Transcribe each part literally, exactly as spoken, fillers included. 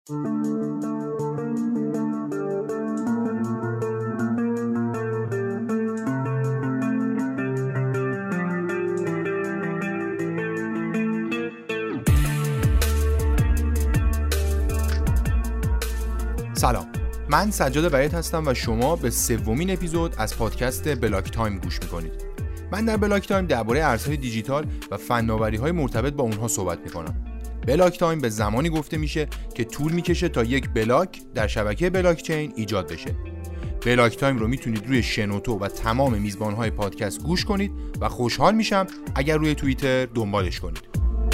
سلام، من سجاد برایت هستم و شما به سومین اپیزود از پادکست بلاک تایم گوش میکنید. من در بلاک تایم درباره ارزهای دیجیتال و فناوری‌های مرتبط با اونها صحبت میکنم. بلاک تایم به زمانی گفته میشه که طول میکشه تا یک بلاک در شبکه بلاک چین ایجاد بشه. بلاک تایم رو میتونید روی شنوتو و تمام میزبان‌های پادکست گوش کنید و خوشحال میشم اگر روی توییتر دنبالش کنید.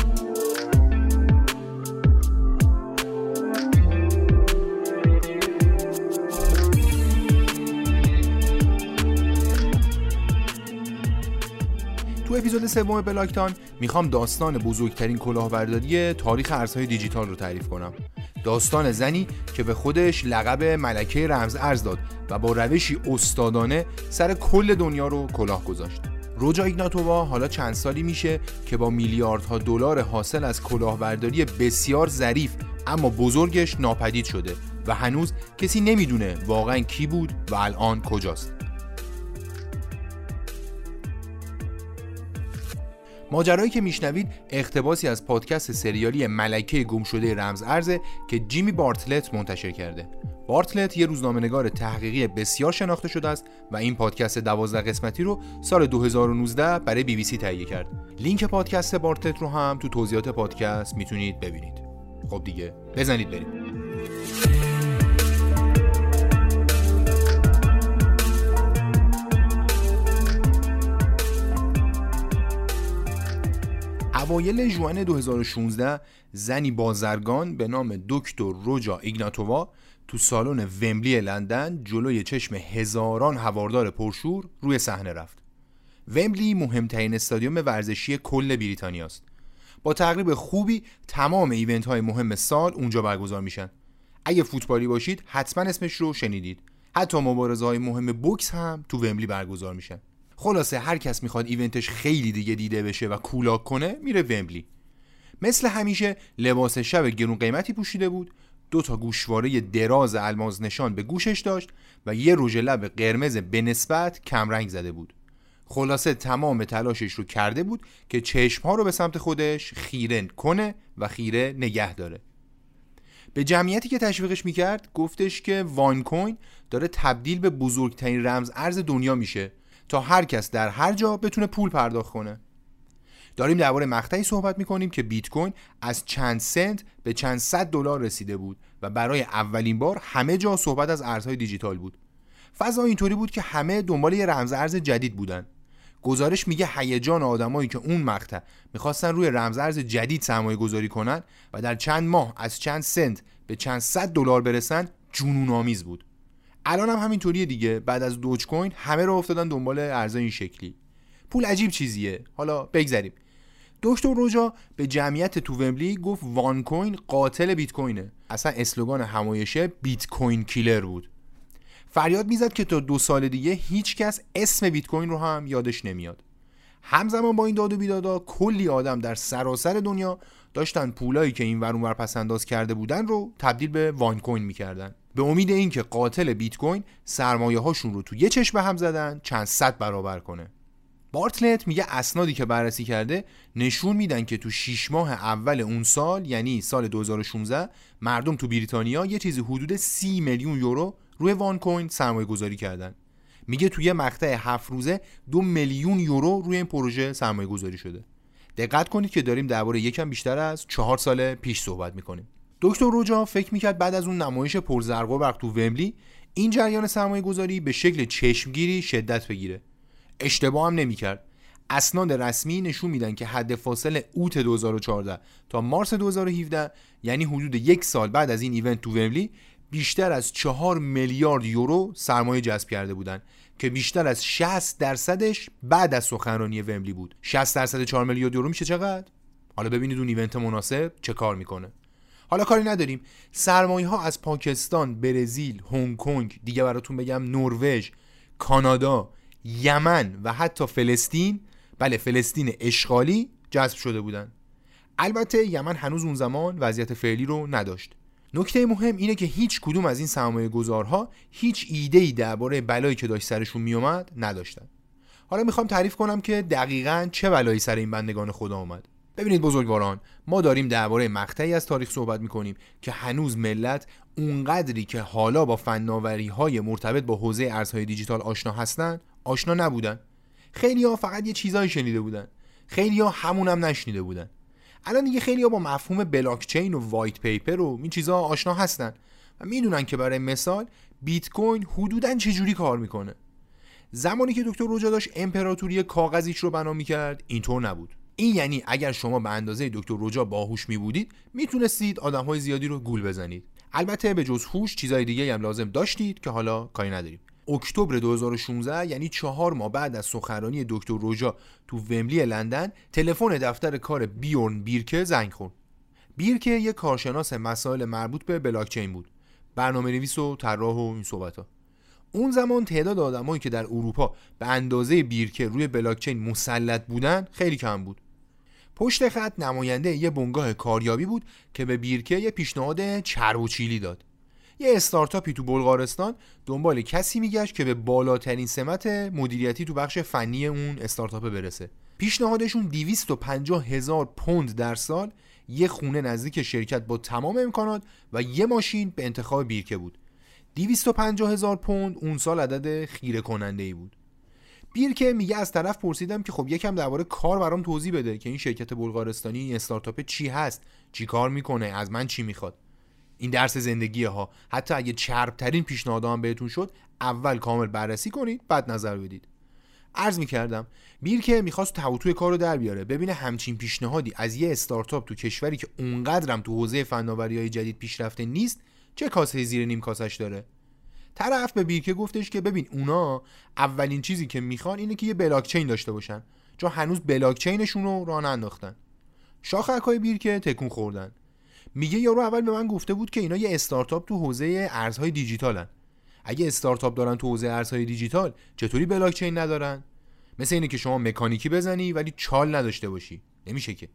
تو اپیزود سوم بلاک تایم میخوام داستان بزرگترین کلاهبرداری تاریخ ارزهای دیجیتال رو تعریف کنم. داستان زنی که به خودش لقب ملکه رمز ارز داد و با روشی استادانه سر کل دنیا رو کلاه گذاشت. روجا ایگناتووا حالا چند سالی میشه که با میلیاردها دلار حاصل از کلاهبرداری بسیار ظریف اما بزرگش ناپدید شده و هنوز کسی نمیدونه واقعا کی بود و الان کجاست. ماجرایی که میشنوید اقتباسی از پادکست سریالی ملکه گمشده رمز ارزه که جیمی بارتلت منتشر کرده. بارتلت یه روزنامه‌نگار تحقیقی بسیار شناخته شده است و این پادکست دوازده قسمتی رو سال دو هزار و نوزده برای بی بی سی تهیه کرد. لینک پادکست بارتلت رو هم تو توضیحات پادکست میتونید ببینید. خب دیگه بزنید بریم. اوایل ژوئن دو هزار و شانزده زنی بازرگان به نام دکتر روجا ایگناتووا تو سالن ومبلی لندن جلوی چشم هزاران هوادار پرشور روی صحنه رفت. ومبلی مهمترین استادیوم ورزشی کل بریتانیاست. با تقریب خوبی تمام ایونت های مهم سال اونجا برگزار میشن. اگه فوتبالی باشید حتما اسمش رو شنیدید. حتی مبارزه های مهم بوکس هم تو ومبلی برگزار میشن. خلاصه هر کس میخواد ایونتش خیلی دیگه دیده بشه و کولاک کنه میره ومبلی. مثل همیشه لباس شب گرون قیمتی پوشیده بود، دو تا گوشواره دراز الماس نشان به گوشش داشت و یه رژ لب قرمز به نسبت کمرنگ زده بود. خلاصه تمام تلاشش رو کرده بود که چشمها رو به سمت خودش خیره کنه و خیره نگه داره. به جمعیتی که تشویقش میکرد گفتش که وان کوین داره تبدیل به بزرگترین رمز ارز دنیا میشه تا هر کس در هر جا بتونه پول پرداخت کنه. داریم درباره مقطعی صحبت میکنیم که بیت کوین از چند سنت به چند صد دلار رسیده بود و برای اولین بار همه جا صحبت از ارزهای دیجیتال بود. فضا اینطوری بود که همه دنبال یه رمز ارز جدید بودن. گزارش میگه هیجان آدمایی که اون مقطع میخواستن روی رمز ارز جدید سرمایه گذاری کنن و در چند ماه از چند سنت به چند صد دلار برسن جنون آمیز بود. الان هم همینطوریه دیگه. بعد از دوج کوین همه رو افتادن دنبال ارزای این شکلی. پول عجیب چیزیه. حالا بگذریم. دکتر روجا به جمعیت تو ومبلی گفت وان کوین قاتل بیت کوینه. اصلا اسلوگان همایشه بیت کوین کیلر بود. فریاد میزد که تا دو سال دیگه هیچ کس اسم بیت کوین رو هم یادش نمیاد. همزمان با این داد و بیدادا کلی آدم در سراسر دنیا داشتن پولایی که این ور اون ور پس انداز کرده بودن رو تبدیل به وان کوین میکردن به امید اینکه قاتل بیت کوین سرمایه هاشون رو تو یه چشم هم زدن چند صد برابر کنه. بارتلت میگه اسنادی که بررسی کرده نشون میدن که تو شش ماه اول اون سال یعنی سال دو هزار و شانزده مردم تو بریتانیا یه چیزی حدود سی میلیون یورو روی وان کوین سرمایه گذاری کردن. میگه توی مقطع هفت روزه دو میلیون یورو روی این پروژه سرمایه گذاری شده. دقت کنید که داریم درباره یکم بیشتر از چهار سال پیش صحبت میکنیم. دکتر روجا فکر میکرد بعد از اون نمایش پرزرق و برق تو ومبلی این جریان سرمایه گذاری به شکل چشمگیری شدت بگیره. اشتباه هم نمیکرد. اسناد رسمی نشون میدن که حد فاصل اوت دو هزار و چهارده تا مارس دو هزار و هفده یعنی حدود یک سال بعد از این ایونت تو ومبلی بیشتر از چهار میلیارد یورو سرمایه جذب کرده بودن که بیشتر از شصت درصدش بعد از سخنرانی ومبلی بود. شصت درصد چهار میلیارد یورو میشه چقدر؟ حالا ببینید اون ایونت مناسب چه کار میکنه. حالا کاری نداریم. سرمایه ها از پاکستان، برزیل، هنگ کنگ، دیگه براتون بگم نروژ، کانادا، یمن و حتی فلسطین، بله فلسطین اشغالی جذب شده بودن. البته یمن هنوز اون زمان وضعیت فعلی رو نداشت. نکته مهم اینه که هیچ کدوم از این سرمایه گذارها هیچ ایده‌ای درباره بلایی که داشت سرشون میومد نداشتن. حالا میخوام تعریف کنم که دقیقاً چه بلایی سر این بندگان خدا اومد. ببینید بزرگواران، ما داریم درباره مقطعی از تاریخ صحبت میکنیم که هنوز ملت اونقدری که حالا با فناوری‌های مرتبط با حوزه ارزهای دیجیتال آشنا هستن آشنا نبودن. خیلی‌ها فقط یه چیزایی شنیده بودن، خیلی‌ها همونم نشنیده بودن. الان دیگه خیلی‌ها با مفهوم بلاکچین و وایت پیپر و این چیزا آشنا هستن و میدونن که برای مثال بیت کوین حدوداً چجوری کار میکنه. زمانی که دکتر رجا داشت امپراتوری کاغذیش رو بنا میکرد اینطور نبود. این یعنی اگر شما به اندازه دکتر رجا باهوش می بودید میتونستید آدم‌های زیادی رو گول بزنید. البته به جز هوش چیزای دیگه هم لازم داشتید که حالا کاری نداریم. اکتبر دو هزار و شانزده یعنی چهار ماه بعد از سخنرانی دکتر رجا تو ومبلی لندن، تلفن دفتر کار بیورن بیرکه زنگ خورد. بیرکه یک کارشناس مسائل مربوط به بلاکچین بود، برنامه‌نویس و طراح و این صحبت‌ها. اون زمان تعداد آدمایی که در اروپا به اندازه بیرکه روی بلاکچین مسلط بودن خیلی کم بود. پشت خط نماینده یه بنگاه کاریابی بود که به بیرکه یه پیشنهاد چرب و چیلی داد. یه استارتاپی تو بلغارستان دنبال کسی میگشت که به بالاترین سمت مدیریتی تو بخش فنی اون استارتاپ برسه. پیشنهادشون دویست و پنجاه هزار پوند در سال، یه خونه نزدیک شرکت با تمام امکانات و یه ماشین به انتخاب بیرکه بود. دویست و پنجاه هزار پوند اون سال عدد خیره کننده ای بود. بیرکه میگه از طرف پرسیدم که خب یکم درباره کار برام توضیح بده که این شرکت بلغارستانی، این استارتاپ چی هست، چی کار میکنه، از من چی میخواد. این درس زندگیه ها، حتی اگه چرب ترین پیشنهادها هم بهتون شد اول کامل بررسی کنید بعد نظر بدید. عرض میکردم بیرکه میخواست توتوی کارو در بیاره، ببینه همچین پیشنهادی از یه استارتاپ تو کشوری که اونقدرم تو حوزه فناوری‌های جدید پیشرفته نیست چه کاسه زیر نیم کاسش داره. طرف به بیرکه گفتش که ببین اونا اولین چیزی که میخوان اینه که یه بلاکچین داشته باشن، چون هنوز بلاکچینشون رو راه ننداختن. شاخک‌های بیرکه تکون خوردن. میگه یارو اول به من گفته بود که اینا یه استارتاپ تو حوزه ارزهای دیجیتالن. اگه استارتاپ دارن تو حوزه ارزهای دیجیتال چطوری بلاکچین ندارن؟ مثل اینه که شما مکانیکی بزنی ولی چال نداشته باشی. نمیشه که.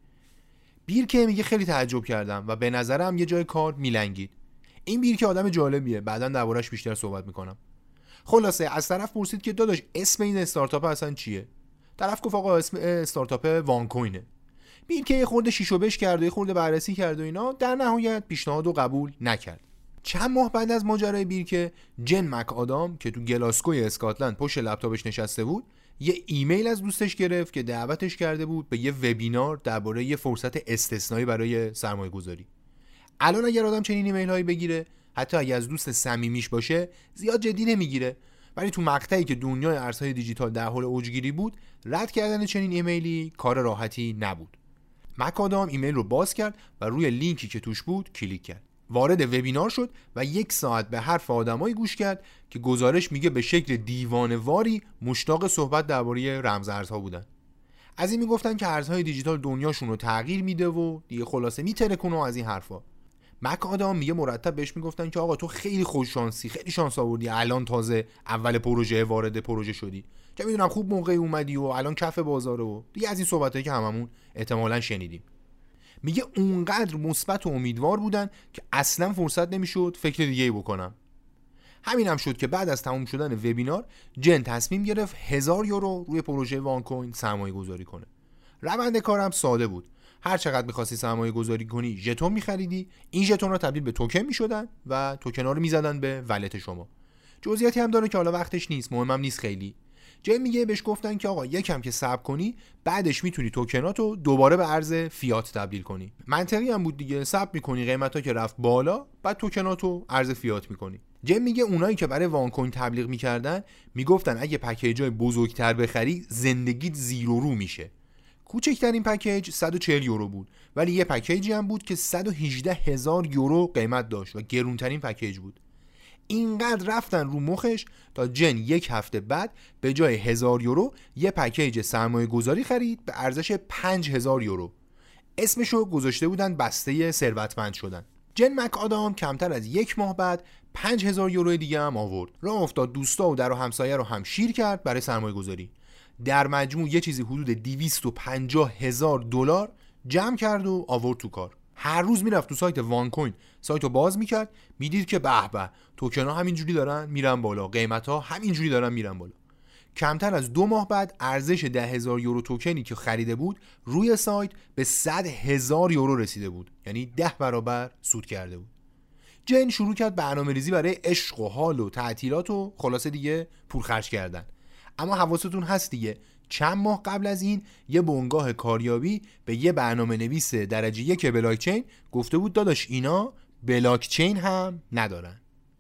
بیرکه میگه خیلی تعجب کردم و به نظرم یه جای کار میلنگید. این بیرکه آدم جالبیه، بعداً دربارش بیشتر صحبت میکنم. خلاصه از طرف پرسید که داداش اسم این استارتاپ اصلا چیه؟ طرف گفت آقا اسم استارتاپ وانکوینه. بیرکه یه خورده شیشو بش کرد و یه خورده بررسی کرد و اینا، در نهایت پیشنهادو قبول نکرد. چند ماه بعد از ماجرای بیرکه، جن مک آدام که تو گلاسکوی اسکاتلند پشت لپتاپش نشسته بود، یه ایمیل از دوستش گرفت که دعوتش کرده بود به یه وبینار درباره یه فرصت استثنایی برای سرمایه‌گذاری. الان اگر آدم چنین ایمیل هایی بگیره، حتی اگه از دوست صمیمیش باشه، زیاد جدی نمیگیره، ولی تو مقطعی که دنیای ارزهای دیجیتال در حال اوجگیری بود، رد کردن چنین ایمیلی کار راحتی نبود. مک آدام ایمیل رو باز کرد و روی لینکی که توش بود کلیک کرد. وارد وبینار شد و یک ساعت به حرف آدمایی گوش کرد که گزارش میگه به شکل دیوانه‌واری مشتاق صحبت درباره رمز ارزها بودن. از این میگفتن که ارزهای دیجیتال دنیاشون رو تغییر میده و دیگه خلاصه میترکونه از این حرفا. مک آدام میگه مرتب بهش میگفتن که آقا تو خیلی خوش شانسی، خیلی شانس آوردی، الان تازه اول پروژه وارد پروژه شدی، چه میدونم خوب موقعی اومدی و الان کف بازاره و دیگه از این صحبتایی که هممون احتمالاً شنیدیم. میگه اونقدر مثبت و امیدوار بودن که اصلا فرصت نمیشد فکر دیگه‌ای بکنم. همین هم شد که بعد از تموم شدن وبینار جن تصمیم گرفت هزار یورو روی پروژه وانکوین سرمایه گذاری کنه. روند کارم ساده بود. هر چقدر می‌خواستی سرمایه گذاری کنی ژتون می‌خریدی، این ژتون‌ها تبدیل به توکن می‌شدن و توکن‌ها رو می‌زدن به ولت شما. جزئیاتی هم داره که حالا وقتش نیست، مهمم نیست خیلی. جن میگه بهش گفتن که آقا یکم که صبر کنی بعدش میتونی توکناتو دوباره به ارز فیات تبدیل کنی. منطقی هم بود دیگه، صبر می‌کنی قیمتا که رفت بالا، بعد توکناتو ارز فیات می‌کنی. جن میگه اونایی که برای وانکوین تبلیغ می‌کردن میگفتن اگه پکیجای بزرگتر بخری زندگیت زیرو رو میشه. کوچکترین پکیج صد و چهل یورو بود، ولی یه پکیجی هم بود که صد و هجده هزار یورو قیمت داشت و گرونترین پکیج بود. اینقدر رفتن رو مخش تا جن یک هفته بعد به جای هزار یورو یه پکیج سرمایه گذاری خرید به ارزش پنج هزار یورو. اسمشو گذاشته بودن بسته ثروتمند شدن. جن مک آدام کمتر از یک ماه بعد پنج هزار یورو دیگه هم آورد. راه افتاد دوستا و در و همسایه رو هم شیر کرد برای سرمایه گذاری. در مجموع یه چیزی حدود دویست و پنجاه هزار دلار جمع کرد و آورد تو کار. هر روز میرفت تو سایت وان کوین، سایتو باز میکرد، میدید که به به توکنا همینجوری دارن میرن بالا، قیمتا همینجوری دارن میرن بالا. کمتر از دو ماه بعد ارزش ده هزار یورو توکنی که خریده بود روی سایت به صد هزار یورو رسیده بود، یعنی ده برابر سود کرده بود. جن شروع کرد برنامه‌ریزی برای عشق و حال و تعطیلات و خلاصه دیگه پول خرج کردن. اما حواستون هست دیگه چند ماه قبل از این یه بنگاه کاریابی به یه برنامه نویس درجه یک بلاکچین گفته بود داداش اینا بلاکچین هم ندارن.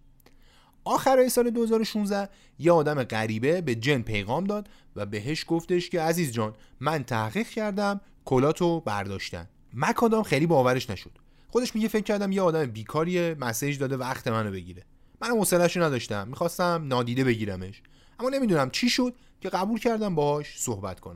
آخرای سال دو هزار و شانزده یه آدم غریبه به جن پیغام داد و بهش گفتش که عزیز جان من تحقیق کردم کلاتو برداشتن. مک آدام خیلی باورش نشد. خودش میگه فکر کردم یه آدم بیکاریه مسیج داده وقت منو بگیره. منم حوصله‌اشو نداشتم، میخواستم نادیده بگیرمش. اما نمیدونم چی شد که قبول کردم باهاش صحبت کنم.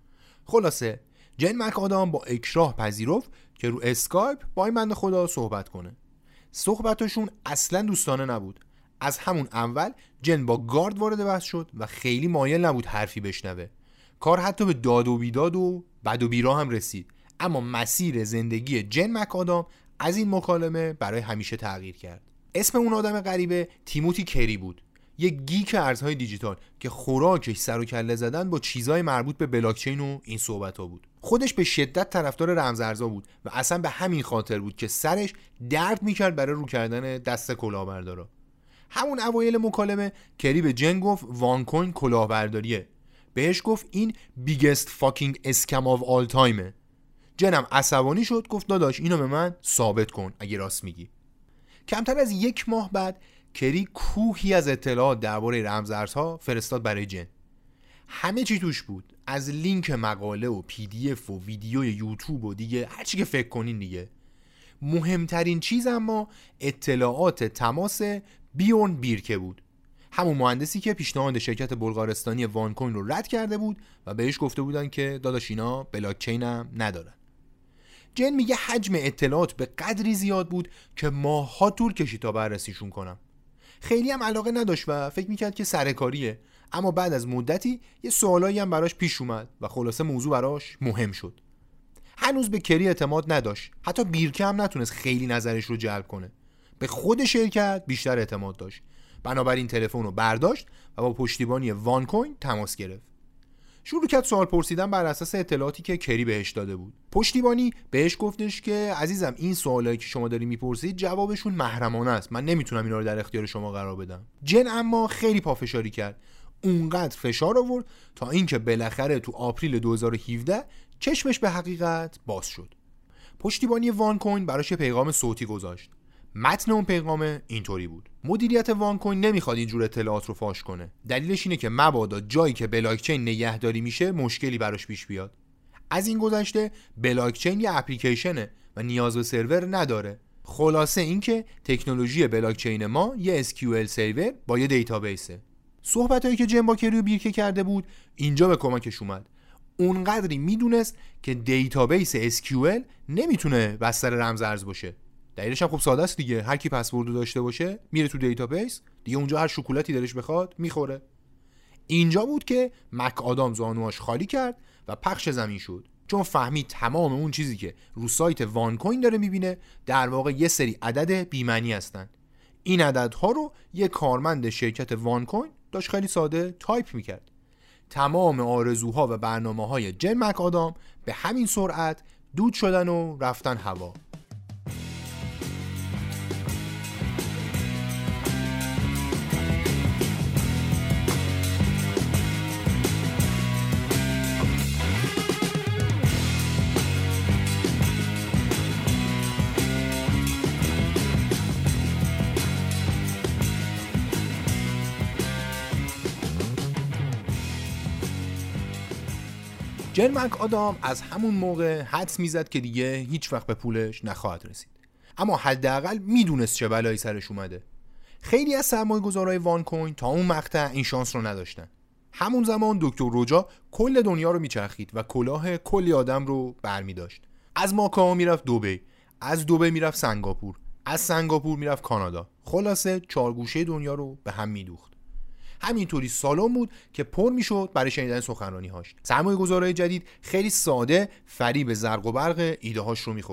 خلاصه جن مک آدام با اکراه پذیرفت که رو اسکایپ با این بنده خدا صحبت کنه. صحبتشون اصلا دوستانه نبود. از همون اول جن با گارد وارد بحث شد و خیلی مایل نبود حرفی بشنوه. کار حتی به داد و بیداد و بد و بیرا هم رسید. اما مسیر زندگی جن مک آدام از این مکالمه برای همیشه تغییر کرد. اسم اون آدم غریبه تیموتی کری بود. یک گیک ارزهای دیجیتال که خوراکش سر و کله زدن با چیزهای مربوط به بلاکچین و این صحبت‌ها بود. خودش به شدت طرفدار رمزارزها بود و اصلا به همین خاطر بود که سرش درد می‌کرد برای رو کردن دست کلاهبردارا. همون اوایل مکالمه کری به جن گفت وان کوین کلاهبرداریه. بهش گفت این بیگست فاکینگ اسکم آف آل تایمه. جنم عصبانی شد، گفت داداش اینو به من ثابت کن اگه راست میگی. کمتر از یک ماه بعد کری کوهی از اطلاعات درباره رمزارزها فرستاد برای جن. همه چی توش بود، از لینک مقاله و پی دی اف و ویدیو یوتیوب و دیگه هر چی که فکر کنین دیگه. مهمترین چیز اما اطلاعات تماس بیورن بیرکه بود، همون مهندسی که پیشنهاد شرکت بلغارستانی وان کوین رو رد کرده بود و بهش گفته بودن که داداش اینا بلاکچین هم ندارن. جن میگه حجم اطلاعات به قدری زیاد بود که ماه‌ها طول کشید تا بررسیشون کنم. خیلی هم علاقه نداشت و فکر میکرد که سرکاریه، اما بعد از مدتی یه سوالایی هم براش پیش اومد و خلاصه موضوع براش مهم شد. هنوز به کری اعتماد نداشت، حتی بیرکه هم نتونست خیلی نظرش رو جلب کنه. به خود شرکت بیشتر اعتماد داشت. بنابراین تلفن رو برداشت و با پشتیبانی وان کوین تماس گرفت. شروع کرد سوال پرسیدن بر اساس اطلاعاتی که کری بهش داده بود. پشتیبانی بهش گفتش که عزیزم این سوالایی که شما داری میپرسید جوابشون محرمانه است، من نمیتونم اینا رو در اختیار شما قرار بدم. جن اما خیلی پافشاری کرد، اونقدر فشار آورد تا اینکه بالاخره تو آپریل دو هزار و هفده چشمش به حقیقت باز شد. پشتیبانی وان کوین براش پیغام صوتی گذاشت. متن اون پیغام اینطوری بود: مدیریت وان کوین نمیخواد اینجور اطلاعات رو فاش کنه. دلیلش اینه که مبادا جایی که بلاکچین نگهداری میشه مشکلی براش پیش بیاد. از این گذشته بلاکچین یه اپلیکیشنه و نیاز به سرور نداره. خلاصه اینکه تکنولوژی بلاکچین ما یه اس کیو ال سرور با یه دیتابیسه. صحبتایی که جن با کریو بیرکه کرده بود اینجا به کمکش اومد. اونقدری میدونست که دیتابیس اس کیو ال نمیتونه بستر رمزارز باشه. دلیلش هم خب ساده است دیگه، هر کی پسورد داشته باشه میره تو دیتابیس دیگه، اونجا هر شکلاتی دلش بخواد میخوره. اینجا بود که مک آدام زانواش خالی کرد و پخش زمین شد، چون فهمید تمام اون چیزی که رو سایت وان کوین داره میبینه در واقع یه سری عدد بی‌معنی هستن. این عددها رو یه کارمند شرکت وان کوین داشت خیلی ساده تایپ میکرد. تمام آرزوها و برنامه‌های جن مک آدام به همین سرعت دود شدن و رفتن هوا. جن مک آدام از همون موقع حدس میزد که دیگه هیچ وقت به پولش نخواهد رسید، اما حداقل میدونست چه بلایی سرش اومده. خیلی از سرمایه‌گذارای وان کوین تا اون مقطع این شانس رو نداشتن. همون زمان دکتر روجا کل دنیا رو میچرخید و کلاه کلی آدم رو برمی‌داشت. از ماکائو میرفت دبی، از دبی میرفت سنگاپور، از سنگاپور میرفت کانادا. خلاصه چارگوشه دنیا رو به هم میدوخت. همینطوری سالن بود که پر میشد برای شنیدن سخنرانی‌هاش. سرمایه‌گذارای جدید خیلی ساده فریب زرق و برق ایده هاش رو می‌خوردن.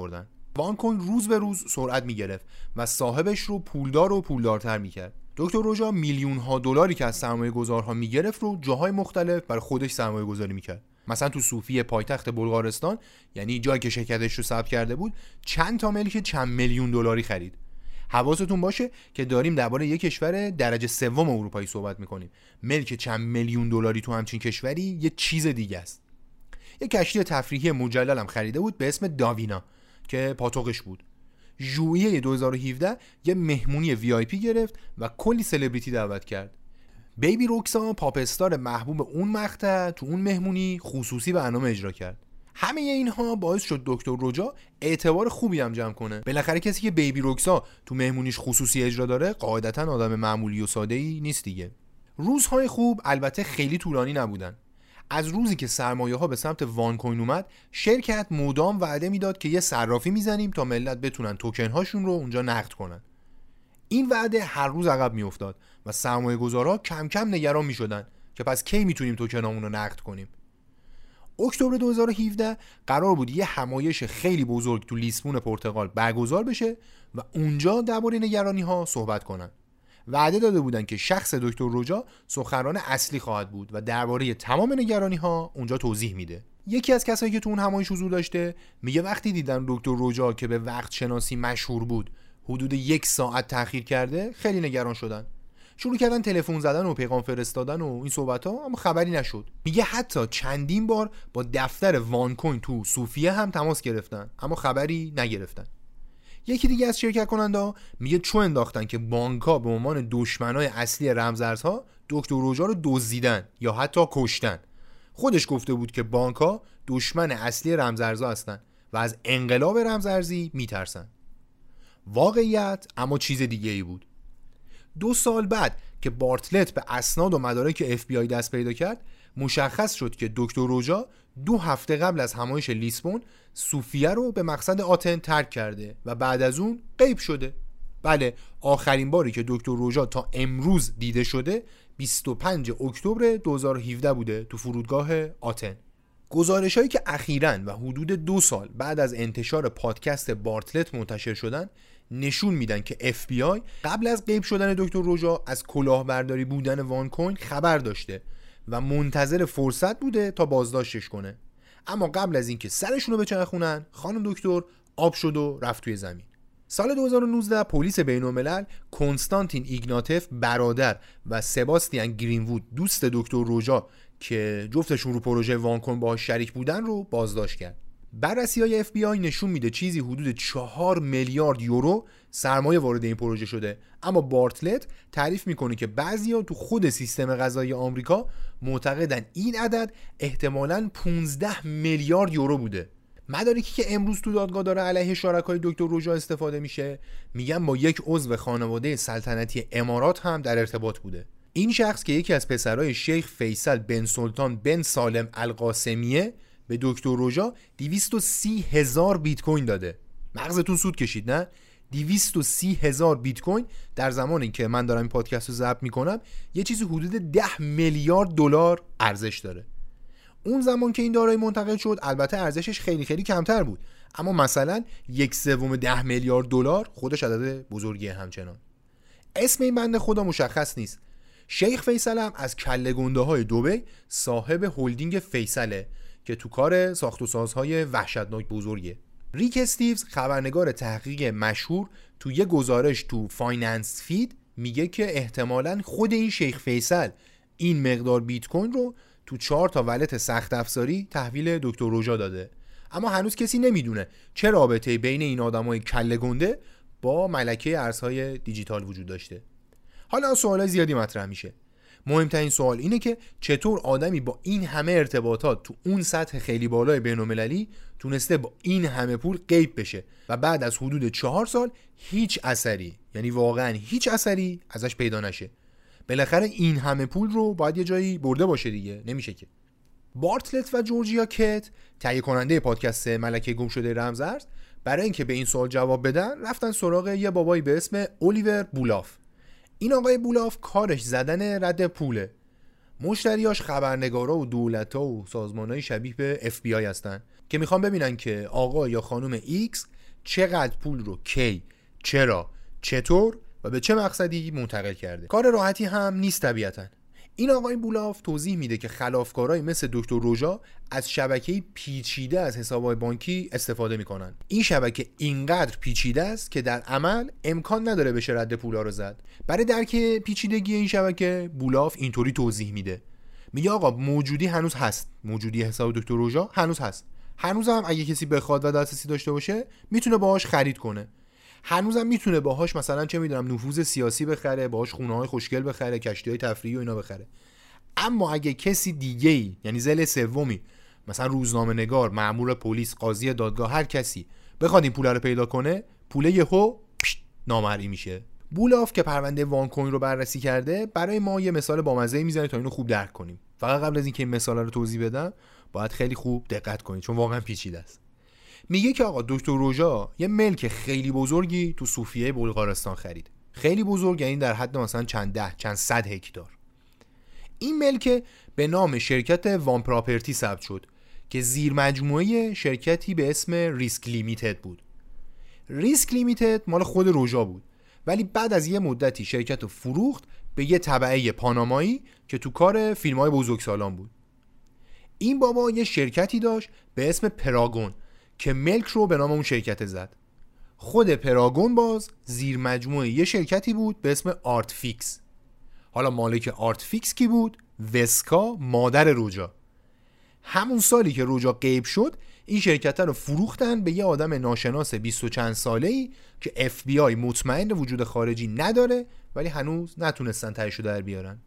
وان کوین روز به روز سرعت میگرفت و صاحبش رو پولدار و پولدارتر میکرد. دکتر روژا میلیون ها دلاری که از سرمایه گذارها میگرفت رو جاهای مختلف برای خودش سرمایه گذاری میکرد. مثلا تو صوفی پایتخت بلغارستان، یعنی جایی که شرکتش رو ثبت کرده بود، چند تا ملک چند میلیون دلاری خرید. حواستون باشه که داریم درباره یک کشور درجه سوم اروپایی صحبت میکنیم. ملک چند میلیون دلاری تو همچین کشوری یه چیز دیگه است. یک کشتی تفریحی مجلل هم خریده بود به اسم داوینا که پاتوقش بود. ژوئیه دو هزار و هفده یه مهمونی وی آی پی گرفت و کلی سلبریتی دعوت کرد. بیبی روکسا پاپ استار محبوب اون مقطع تو اون مهمونی خصوصی برنامه اجرا کرد. همه اینها باعث شد دکتر روژا اعتبار خوبی هم جمع کنه. بالاخره کسی که بیبی روکسا تو مهمونیش خصوصی اجرا داره قاعدتاً آدم معمولی و ساده‌ای نیست دیگه. روزهای خوب البته خیلی طولانی نبودن. از روزی که سرمایه‌ها به سمت وان کوین اومد، شرکت مدام وعده میداد که یه صرافی میزنیم تا ملت بتونن توکن هاشون رو اونجا نقد کنن. این وعده هر روز عقب میافتاد و سرمایه‌گذارا کم کم نگران میشدن که پس کی میتونیم توکنامون رو نقد کنیم. اکتبر دو هزار و هفده قرار بود یه همایش خیلی بزرگ تو لیسبون پرتغال برگزار بشه و اونجا درباره نگرانی‌ها صحبت کنن. وعده داده بودن که شخص دکتر روژا سخنران اصلی خواهد بود و درباره تمام نگرانی‌ها اونجا توضیح میده. یکی از کسایی که تو اون همایش حضور داشته میگه وقتی دیدن دکتر روژا که به وقت شناسی مشهور بود حدود یک ساعت تأخیر کرده، خیلی نگران شدن. شروع کردن تلفن زدن و پیغام فرستادن و این صحبت‌ها، اما خبری نشد. میگه حتی چندین بار با دفتر وان کوین تو صوفیه هم تماس گرفتن، اما خبری نگرفتن. یکی دیگه از شرکت کننده میگه چون انداختن که بانک‌ها به عنوان دشمنای اصلی رمزارزها دکتر روژا رو دزدیدن یا حتی کشتن. خودش گفته بود که بانک‌ها دشمن اصلی رمزارزها هستن و از انقلاب رمزارزی میترسن. واقعیت اما چیز دیگه ای بود. دو سال بعد که بارتلت به اسناد و مدارک اف بی آی دست پیدا کرد، مشخص شد که دکتر روژا دو هفته قبل از همایش لیسبون صوفیه رو به مقصد آتن ترک کرده و بعد از اون غیب شده. بله، آخرین باری که دکتر روژا تا امروز دیده شده بیست و پنجم اکتبر دو هزار و هفده بوده تو فرودگاه آتن. گزارش‌هایی که اخیراً و حدود دو سال بعد از انتشار پادکست بارتلت منتشر شدن نشون میدن که اف بی آی قبل از غیب شدن دکتر روژا از کلاهبرداری بودن وان کوین خبر داشته و منتظر فرصت بوده تا بازداشتش کنه. اما قبل از اینکه سرشون رو بچرخونن، خانم دکتر آب شد و رفت توی زمین. سال دو هزار و نوزده پلیس بین‌الملل کنستانتین ایگناتف برادر و سباستیان گرین‌وود دوست دکتر روژا که جفتشون رو پروژه وان کوین باهاش شریک بودن رو بازداشت کرد. بررسی‌های اف بی آی نشون میده چیزی حدود چهار میلیارد یورو سرمایه وارد این پروژه شده، اما بارتلت تعریف میکنه که بعضیا تو خود سیستم قضایی آمریکا معتقدن این عدد احتمالاً پانزده میلیارد یورو بوده. مدارکی که امروز تو دادگاه داره علیه شرکای دکتر روژا استفاده میشه میگن با یک عضو خانواده سلطنتی امارات هم در ارتباط بوده. این شخص که یکی از پسرای شیخ فیصل بن سلطان بن سالم القاسمیه به دکتر روژا دویست و سی هزار بیت کوین داده. مغزتون سود کشید نه؟ دویست و سی هزار بیت کوین در زمانی که من دارم این پادکست رو ضبط میکنم یه چیزی حدود ده میلیارد دلار ارزش داره. اون زمان که این دارایی منتقل شد البته ارزشش خیلی خیلی کمتر بود، اما مثلا یک سوم ده میلیارد دلار خودش عدد بزرگیه همچنان. اسم این بنده خدا مشخص نیست. شیخ فیصل هم از کله گنده های دبی صاحب هلدینگ فیصله که تو کار ساخت و سازهای وحشتناک بزرگه. ریک استیوز خبرنگار تحقیق مشهور تو یه گزارش تو فایننس فید میگه که احتمالاً خود این شیخ فیصل این مقدار بیت کوین رو تو چهار تا ولت سخت افزاری تحویل دکتر روژا داده، اما هنوز کسی نمیدونه چه رابطه‌ای بین این آدمای کله گنده با ملکه ارزهای دیجیتال وجود داشته. حالا سوالای زیادی مطرح میشه. مهمترین سوال اینه که چطور آدمی با این همه ارتباطات تو اون سطح خیلی بالای بین‌المللی تونسته با این همه پول غیب بشه و بعد از حدود چهار سال هیچ اثری، یعنی واقعا هیچ اثری ازش پیدا نشه. بالاخره این همه پول رو باید یه جایی برده باشه دیگه، نمیشه که. بارتلت و جورجیا کت تهیه کننده پادکست ملکه گم شده رمزارز برای اینکه به این سوال جواب بدن رفتن سراغ یه بابایی به اسم الیور بولاف. این آقای بولاف کارش زدن رد پوله. مشتریاش خبرنگارا و دولت‌ها و سازمان‌های شبیه به اف بی آی هستن که میخوان ببینن که آقا یا خانم ایکس چقدر پول رو کی، چرا، چطور و به چه مقصدی منتقل کرده. کار راحتی هم نیست طبیعتاً. این آقای بولاف توضیح میده که خلافکارای مثل دکتر روژا از شبکه‌ای پیچیده از حساب‌های بانکی استفاده میکنن. این شبکه اینقدر پیچیده است که در عمل امکان نداره بشه رد پولا رو زد. برای درک پیچیدگی این شبکه بولاف اینطوری توضیح میده. میگه آقا موجودی هنوز هست، موجودی حساب دکتر روژا هنوز هست. هنوز هم اگه کسی بخواد و دسترسی داشته باشه میتونه باهاش خرید کنه. هنوزم میتونه باهاش مثلا چه میدونم نفوذ سیاسی بخره، باهاش خونه‌های خوشگل بخره، کشتی‌های تفریحی و اینا بخره. اما اگه کسی دیگه‌ای، یعنی ذیل سومی، مثلا روزنامه‌نگار، مأمور پلیس، قاضی دادگاه، هر کسی بخواد این پول رو پیدا کنه، پول یهو نامرئی میشه. بولاف که پرونده وان کوین رو بررسی کرده برای ما یه مثال بامزه میزنه تا اینو خوب درک کنیم. فقط قبل از اینکه این مثال رو توضیح بدم باید خیلی خوب دقت کنید چون واقعا پیچیده است. میگه که آقا دکتر روژا یه ملک خیلی بزرگی تو صوفیه بلغارستان خرید. خیلی بزرگ یعنی در حد مثلا چند ده چند صد هکتار. این ملک به نام شرکت وان پراپرتی ثبت شد که زیر مجموعه شرکتی به اسم ریسک لیمیتد بود. ریسک لیمیتد مال خود روژا بود، ولی بعد از یه مدتی شرکت رو فروخت به یه تبعه پانامایی که تو کار فیلم‌های بزرگسالان بود. این بابا یه شرکتی داشت به اسم پراگون که ملک رو به نام اون شرکت زد. خود پراگون باز زیر مجموعه یه شرکتی بود به اسم آرت فیکس. حالا مالک آرت فیکس کی بود؟ وسکا، مادر روژا. همون سالی که روژا غیب شد این شرکت رو فروختن به یه آدم ناشناس بیست و چند ساله‌ای که اف بی آی مطمئن وجود خارجی نداره ولی هنوز نتونستن تهیشو در بیارن.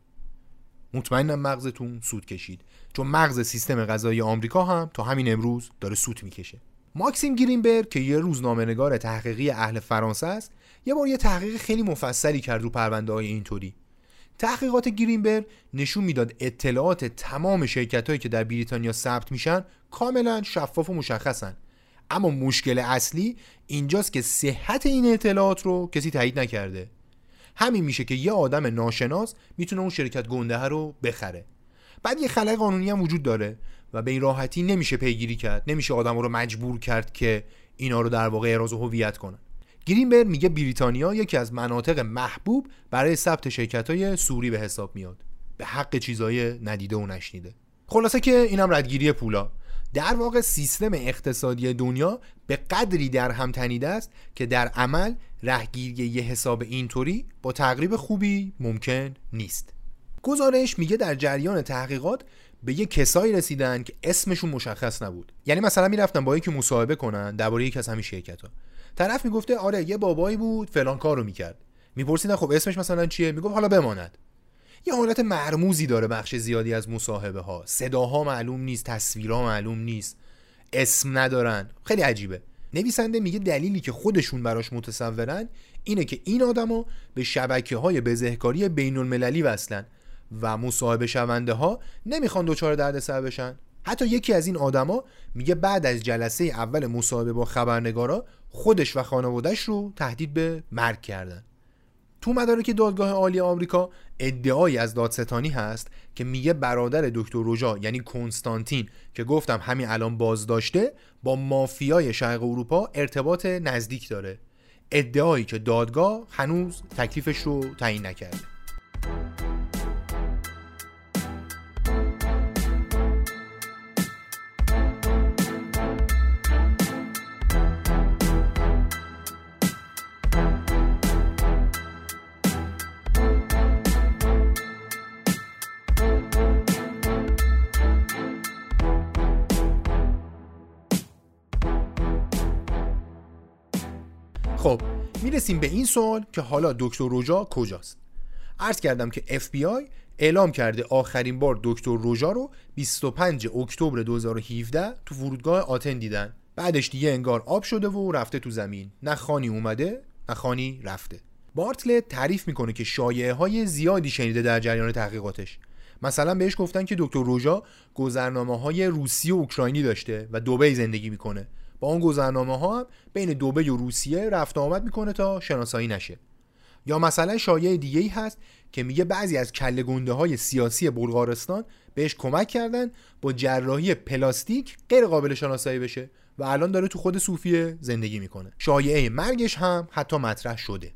مطمئنم مغزتون سود کشید چون مغز سیستم قضایی آمریکا هم تا همین امروز داره سود میکشه. ماکسیم گرینبرگ که یه روزنامه‌نگار تحقیقی اهل فرانسه است یه بار یه تحقیق خیلی مفصلی کرد رو پرونده‌های اینطوری. تحقیقات گرینبرگ نشون میداد اطلاعات تمام شرکت‌هایی که در بریتانیا ثبت میشن کاملا شفاف و مشخصن، اما مشکل اصلی اینجاست که صحت این اطلاعات رو کسی تایید نکرده. همین میشه که یه آدم ناشناس میتونه اون شرکت گنده رو بخره. بعد یه خلأ قانونی هم وجود داره و به این راحتی نمیشه پیگیری کرد، نمیشه آدم‌ها رو مجبور کرد که اینا رو در واقع احراز هویت کنن. گرینبرگ میگه بریتانیا یکی از مناطق محبوب برای ثبت شرکت‌های سوری به حساب میاد، به حق چیزای ندیده و نشنیده. خلاصه که اینم ردگیری پولا. در واقع سیستم اقتصادی دنیا به قدری در هم تنیده است که در عمل رهگیری یه حساب اینطوری با تقریب خوبی ممکن نیست. گزارش میگه در جریان تحقیقات به یه کسایی رسیدن که اسمشون مشخص نبود. یعنی مثلا میرفتن با یکی مصاحبه کنن درباره یکی از همین شرکت‌ها. طرف میگفته آره یه بابایی بود فلان کارو میکرد. میپرسیدن خب اسمش مثلا چیه؟ میگفت حالا بماند. یه حالت مرموزی داره بخش زیادی از مصاحبه ها. صداها معلوم نیست، تصویرها معلوم نیست، اسم ندارن. خیلی عجیبه. نویسنده میگه دلیلی که خودشون براش متصورن اینه که این آدما به شبکه‌های بزهکاری بین‌المللی وصلن و مصاحبه شونده ها نمیخوان دوچار دردسر بشن. حتی یکی از این آدما میگه بعد از جلسه اول مصاحبه با خبرنگارا خودش و خانواده‌اش رو تهدید به مرگ کردن. تو مدارک دادگاه عالی آمریکا ادعایی از دادستانی هست که میگه برادر دکتر روژا یعنی کنستانتین که گفتم همین الان بازداشته با مافیای شرق اروپا ارتباط نزدیک داره. ادعایی که دادگاه هنوز تکلیفش رو تعیین نکرده. خب میرسیم به این سوال که حالا دکتر روژا کجاست؟ عرض کردم که اف بی آی اعلام کرده آخرین بار دکتر روژا رو بیست و پنجم اکتبر دو هزار و هفده تو فرودگاه آتن دیدن. بعدش دیگه انگار آب شده و رفته تو زمین. نه خانی اومده نه خانی رفته. بارتلت تعریف میکنه که شایعه های زیادی شنیده در جریان تحقیقاتش. مثلا بهش گفتن که دکتر روژا گذرنامه های روسی و اوکراینی داشته و دبی زندگی میکنه. با اون گذرنامه ها هم بین دبی و روسیه رفت آمد میکنه تا شناسایی نشه. یا مثلا شایعه دیگه‌ای هست که میگه بعضی از کله گنده های سیاسی بلغارستان بهش کمک کردن با جراحی پلاستیک غیر قابل شناسایی بشه و الان داره تو خود صوفیه زندگی میکنه. شایعه مرگش هم حتی مطرح شده.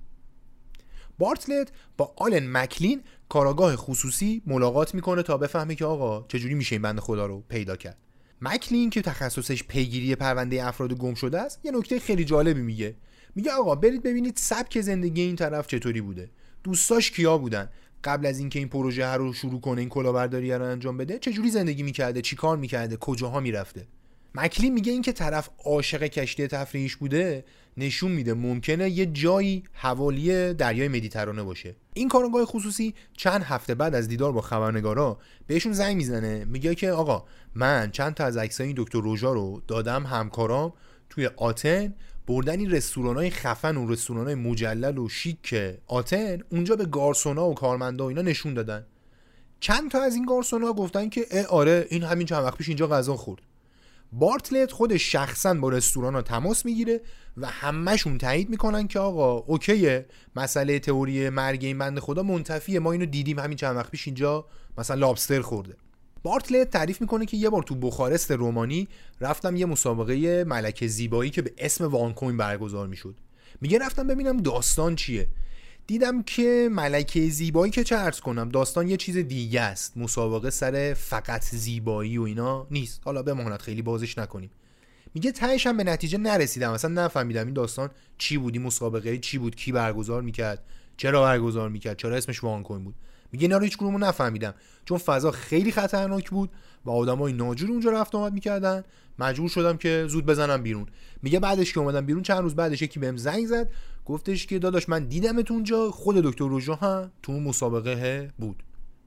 بارتلت با آلن مکلین کاراگاه خصوصی ملاقات میکنه تا بفهمه که آقا چجوری میشه این بنده خدا رو پیدا کرد. مکلین که تخصصش پیگیری پرونده افراد گم شده است یه نکته خیلی جالبی میگه. میگه آقا برید ببینید سبک زندگی این طرف چطوری بوده، دوستاش کیا بودن، قبل از اینکه این پروژه رو شروع کنه، این کلاهبرداری رو انجام بده چجوری زندگی میکرده، چیکار میکرده، کجاها میرفته. مکلین میگه این که طرف عاشق کشتی تفریحیش بوده نشون میده ممکنه یه جایی حوالی دریای مدیترانه باشه. این کارگاه خصوصی چند هفته بعد از دیدار با خبرنگارا بهشون زنگ میزنه، میگه که آقا من چند تا از عکسای این دکتر روژا رو دادم همکارام توی آتن، بردن این رستورانای خفن و رستورانای مجلل و شیک آتن، اونجا به گارسونا و کارمندا و اینا نشون دادن. چند تا از این گارسونا گفتن که آره این همین چند وقت پیش اینجا غذا خورد. بارتلت خودش شخصا با رستورانا تماس میگیره و همه‌شون تایید میکنن که آقا اوکیه، مسئله تئوری مرگ این بنده خدا منتفیه، ما اینو دیدیم همین چند وقت پیش اینجا مثلا لابستر خورده. بارتلت تعریف میکنه که یه بار تو بخارست رومانی رفتم یه مسابقه ملکه زیبایی که به اسم وانکوین برگزار میشد. میگه رفتم ببینم داستان چیه. دیدم که ملکه زیبایی که چه عرض کنم، داستان یه چیز دیگه است، مسابقه سر فقط زیبایی و اینا نیست. حالا بماند خیلی بازش نکنیم. میگه تهش هم به نتیجه نرسیدم، مثلا نفهمیدم این داستان چی بود، این مسابقه چی بود، کی برگزار میکرد، چرا برگزار میکرد، چرا اسمش وانکوین بود. میگه اینا رو هیچ کدومو نفهمیدم چون فضا خیلی خطرناک بود و آدمای ناجور اونجا رفت آمد میکردن، مجبور شدم که زود بزنم بیرون. میگه بعدش که اومدم بیرون چند روز بعدش یکی بهم زنگ زد گفتش که داداش من دیدمت اونجا، خود دکتر روژا هم تو اون مسابقه بود.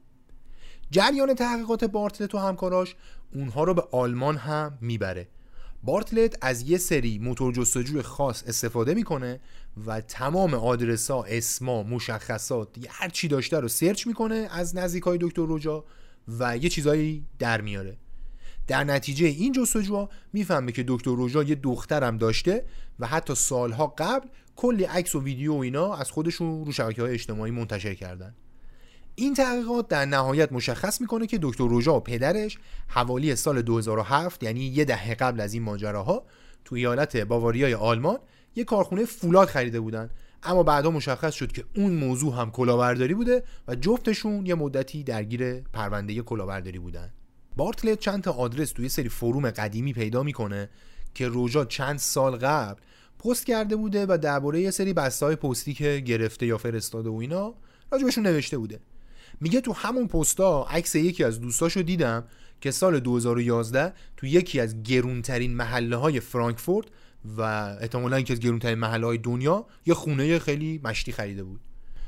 جریان تحقیقات بارتلت و همکاراش اونها رو به آلمان هم میبره. بارتلت از یه سری موتور جستجوی خاص استفاده میکنه و تمام آدرس‌ها، اسما، مشخصات، هر چی داشته رو سرچ میکنه از نزدیکای دکتر روژا و یه چیزایی در میاره. در نتیجه این جستجوها میفهمه که دکتر روژا یه دخترم داشته و حتی سالها قبل کلی عکس و ویدیو و اینا از خودشون رو شبکه‌های اجتماعی منتشر کردن. این تحقیقات در نهایت مشخص میکنه که دکتر روژا و پدرش حوالی سال دو هزار و هفت، یعنی یه دهه قبل از این ماجراها، تو ایالت باواریای آلمان یه کارخونه فولاد خریده بودن، اما بعدا مشخص شد که اون موضوع هم کلاهبرداری بوده و جفتشون یه مدتی درگیر پرونده کلاهبرداری بودن. بارتلت چند تا آدرس توی سری فروم قدیمی پیدا میکنه که روژا چند سال قبل پست کرده بوده و درباره یه سری بسته‌های پستی که گرفته یا فرستاده و اینا راجبشون نوشته بوده. میگه تو همون پستا عکس یکی از دوستاشو دیدم که سال دو هزار و یازده تو یکی از گرونترین محله‌های فرانکفورت و احتمالاً یکی از گرونترین محله‌های دنیا یه خونه خیلی مشتی خریده بود.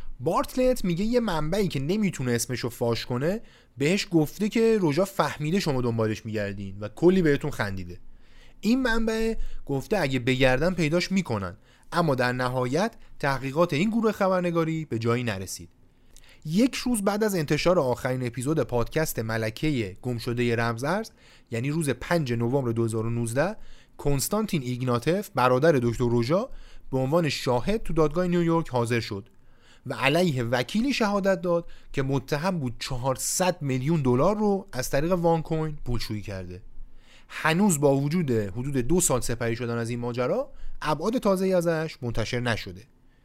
بارتلت میگه یه منبعی که نمیتونه اسمشو فاش کنه بهش گفته که روژا فهمیده شما دنبالش میگردین و کلی بهتون خندیده. این منبع گفته اگه بگردن پیداش میکنن، اما در نهایت تحقیقات این گروه خبرنگاری به جایی نرسید. یک روز بعد از انتشار آخرین اپیزود پادکست ملکه گمشده رمزارز، یعنی روز پنجم نوامبر دو هزار و نوزده، کنستانتین ایگناتف برادر دکتر روژا به عنوان شاهد تو دادگاه نیویورک حاضر شد و علیه وکیلی شهادت داد که متهم بود چهارصد میلیون دلار رو از طریق وانکوین پولشویی کرده. هنوز با وجود حدود دو سال سپری شدن از این ماجرا ابعاد تازه‌ای ازش منتشر نشده.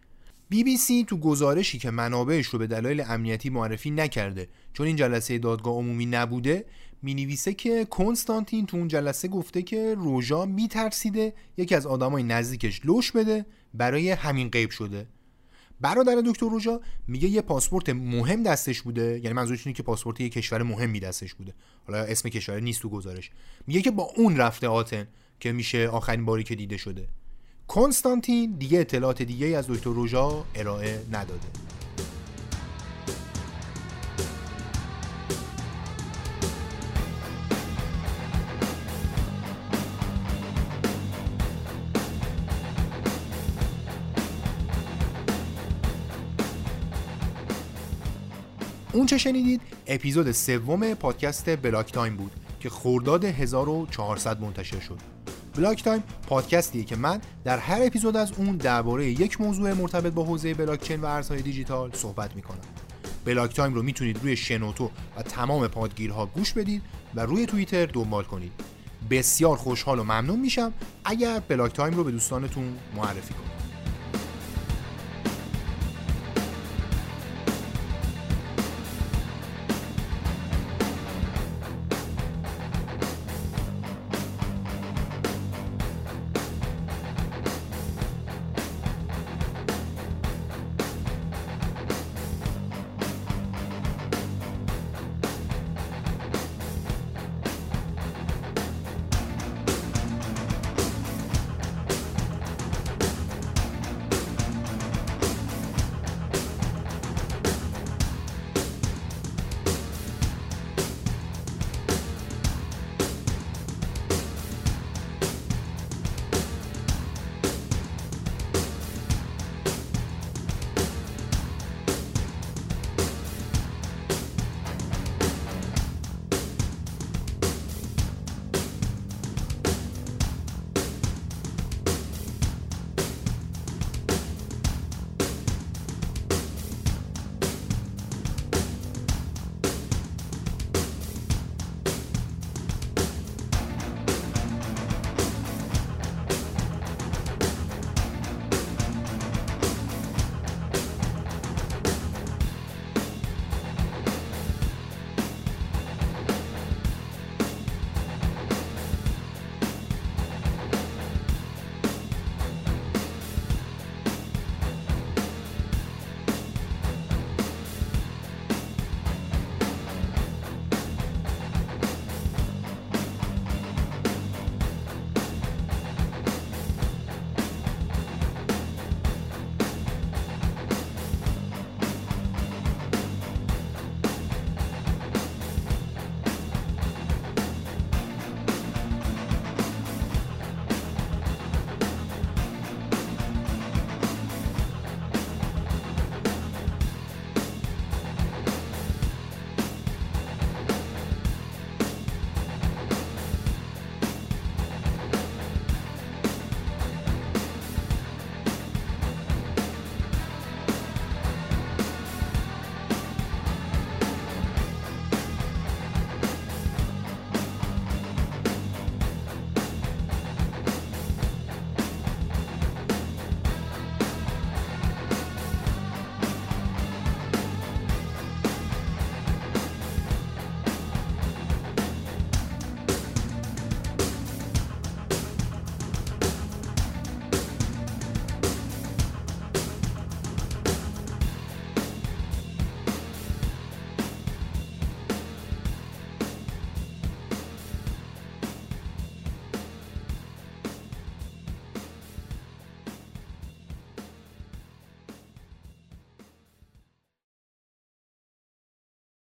بی بی سی تو گزارشی که منابعش رو به دلایل امنیتی معرفی نکرده چون این جلسه دادگاه عمومی نبوده، می‌نویسه که کنستانتین تو اون جلسه گفته که روژا میترسیده یکی از آدمای نزدیکش لوش بده، برای همین غیب شده. برادر دکتر روژا میگه یه پاسپورت مهم دستش بوده، یعنی منظورش اینه که پاسپورت یه کشور مهمی دستش بوده، حالا اسم کشور نیست تو گزارش. میگه که با اون رفته آتن که میشه آخرین باری که دیده شده. کنستانتین دیگه اطلاعات دیگه از دکتر روژا ارائه نداده. اون چه شنیدید اپیزود سوم پادکست بلاک تایم بود که خرداد هزار و چهارصد منتشر شد. بلاک تایم پادکستیه که من در هر اپیزود از اون درباره یک موضوع مرتبط با حوزه بلاکچین و ارزهای دیجیتال صحبت میکنم. بلاک تایم رو میتونید روی شنوتو و تمام پادگیرها گوش بدید و روی توییتر دنبال کنید. بسیار خوشحال و ممنون میشم اگر بلاک تایم رو به دوستانتون معرفی کنید.